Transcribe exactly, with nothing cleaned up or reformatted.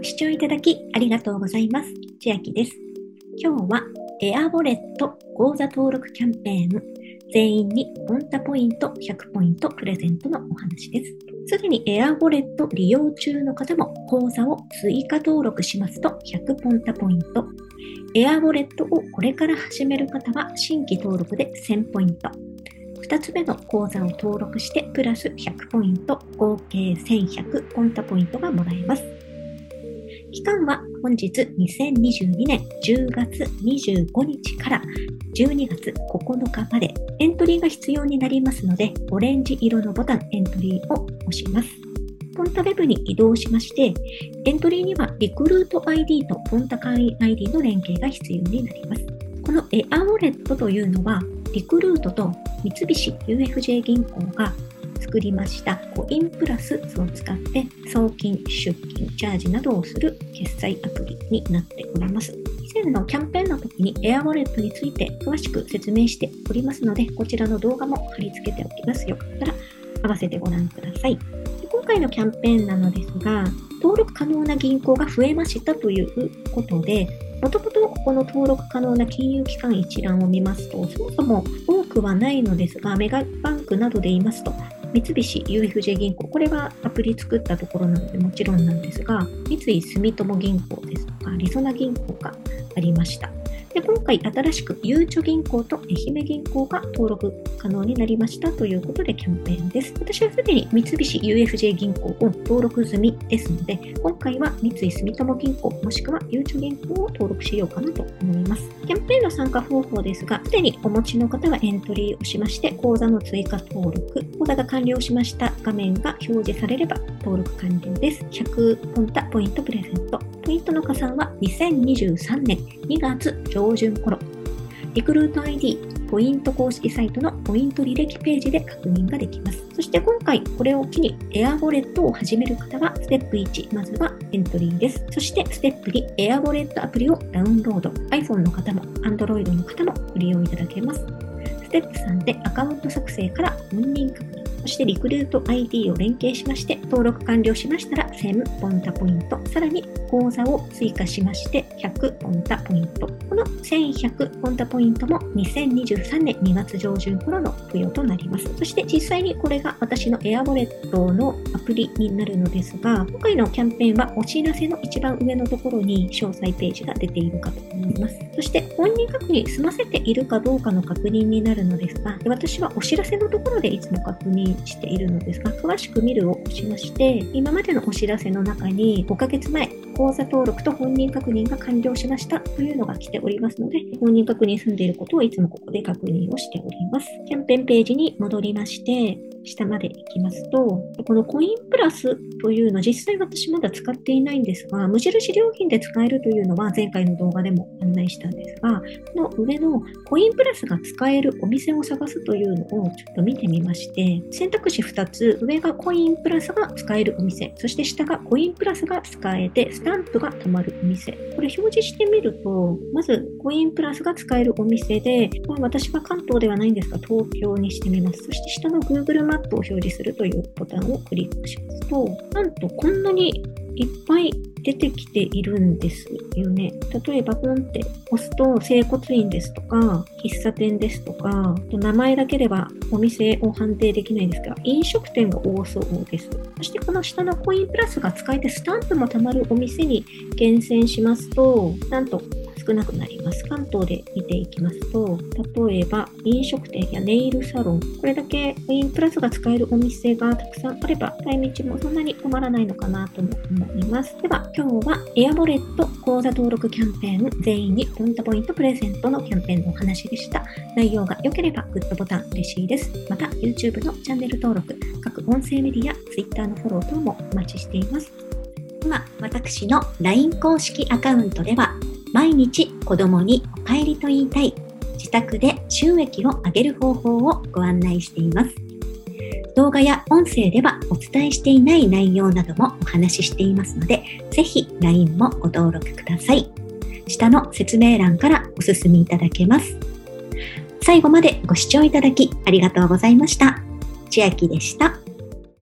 視聴いただきありがとうございます。千秋です。今日はエアウォレット口座登録キャンペーン、全員にポンタポイントひゃくポイントプレゼントのお話です。すでにエアウォレット利用中の方も口座を追加登録しますとひゃくポンタポイント。エアウォレットをこれから始める方は新規登録でせんポイント。ふたつめの口座を登録してプラスひゃくポイント、合計せんひゃくポンタポイントがもらえます。期間は本日にせんにじゅうにねんじゅうがつにじゅうごにちからじゅうにがつここのかまでエントリーが必要になりますので、オレンジ色のボタンエントリーを押します。ポンタウェブに移動しまして、エントリーにはリクルート アイディー とポンタ会員 アイディー の連携が必要になります。このエアウォレットというのは、リクルートと三菱 ユーエフジェー 銀行が作りましたコインプラスを使って送金、出金、チャージなどをする決済アプリになっております。以前のキャンペーンの時にエアウォレットについて詳しく説明しておりますので、こちらの動画も貼り付けておきます。よかったら合わせてご覧ください。今回のキャンペーンなのですが、登録可能な銀行が増えましたということで、もともとこの登録可能な金融機関一覧を見ますと、そもそも多くはないのですが、メガバンクなどで言いますと、三菱 ユーエフジェー 銀行、これはアプリ作ったところなのでもちろんなんですが、三井住友銀行ですとか、りそな銀行がありました。で、今回新しくゆうちょ銀行と愛媛銀行が登録可能になりましたということでキャンペーンです。私はすでに三菱 ユーエフジェー 銀行を登録済みですので、今回は三井住友銀行もしくはゆうちょ銀行を登録しようかなと思います。キャンペーンの参加方法ですが、すでにお持ちの方はエントリーをしまして、口座の追加登録、口座が完了しました画面が表示されれば登録完了です。ひゃくポンタポイントプレゼント。ポイントの加算はにせんにじゅうさんねんにがつ上旬頃。リクルート アイディー、ポイント公式サイトのポイント履歴ページで確認ができます。そして今回これを機にエアウォレットを始める方はステップいち、まずはエントリーです。そしてステップに、エアウォレットアプリをダウンロード。iPhone の方も Android の方もご利用いただけます。ステップさんでアカウント作成から本人確認。そしてリクルート アイディー を連携しまして登録完了しましたらせんポンタポイント、さらに口座を追加しましてひゃくポンタポイント。このせんひゃくポンタポイントもにせんにじゅうさんねんにがつ上旬頃の付与となります。そして実際にこれが私のエアウォレットのアプリになるのですが、今回のキャンペーンはお知らせの一番上のところに詳細ページが出ているかと思います。そして本人確認済ませているかどうかの確認になるのですが、私はお知らせのところでいつも確認しているのですが、詳しく見るを押しまして、今までのお知らせの中にごかげつまえ、口座登録と本人確認が完了しましたというのが来ておりますので、本人確認済んでいることをいつもここで確認をしております。キャンペーンページに戻りまして、下まで行きますと、このコインプラスというのは実際私まだ使っていないんですが、無印良品で使えるというのは前回の動画でも案内したんですが、この上のコインプラスが使えるお店を探すというのをちょっと見てみまして、選択肢ふたつ、上がコインプラスが使えるお店、そして下がコインプラスが使えてスタンプが貯まるお店。これ表示してみると、まずコインプラスが使えるお店で、これ私は関東ではないんですが東京にしてみます。そして下の Google マップを表示するというボタンをクリックしますと、なんとこんなにいっぱい出てきているんですよね。例えばポンって押すと整骨院ですとか喫茶店ですとか、名前だけではお店を判定できないんですが、飲食店が多そうです。そしてこの下のコインプラスが使えてスタンプも貯まるお店に厳選しますと、なんと少なくなります。関東で見ていきますと、例えば飲食店やネイルサロン、これだけコインプラスが使えるお店がたくさんあれば、使い道もそんなに困らないのかなとも思います。では今日はエアウォレット口座登録キャンペーン、全員にポンタポイントプレゼントのキャンペーンのお話でした。内容が良ければグッドボタン嬉しいです。また YouTube のチャンネル登録、各音声メディア、Twitter のフォロー等もお待ちしています。今、私の ライン 公式アカウントでは毎日子供にお帰りと言いたい、自宅で収益を上げる方法をご案内しています。動画や音声ではお伝えしていない内容などもお話ししていますので、ぜひ ライン もご登録ください。下の説明欄からお進みいただけます。最後までご視聴いただきありがとうございました。千秋でした。